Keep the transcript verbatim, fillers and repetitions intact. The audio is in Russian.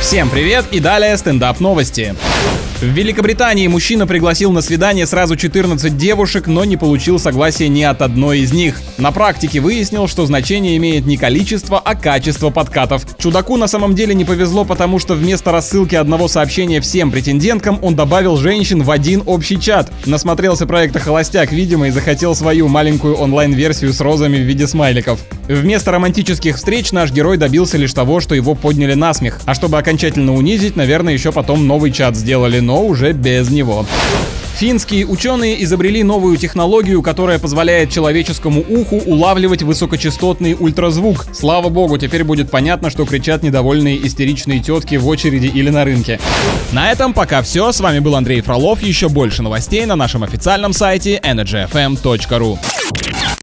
Всем привет и далее стендап новости. В Великобритании мужчина пригласил на свидание сразу четырнадцать девушек, но не получил согласия ни от одной из них. На практике выяснил, что значение имеет не количество, а качество подкатов. Чудаку на самом деле не повезло, потому что вместо рассылки одного сообщения всем претенденткам он добавил женщин в один общий чат. Насмотрелся проекта «Холостяк», видимо, и захотел свою маленькую онлайн-версию с розами в виде смайликов. Вместо романтических встреч наш герой добился лишь того, что его подняли на смех. А чтобы окончательно унизить, наверное, еще потом новый чат сделали, но уже без него. Финские ученые изобрели новую технологию, которая позволяет человеческому уху улавливать высокочастотный ультразвук. Слава богу, теперь будет понятно, что кричат недовольные истеричные тетки в очереди или на рынке. На этом пока все. С вами был Андрей Фролов. Еще больше новостей на нашем официальном сайте энерджи эф эм точка ру.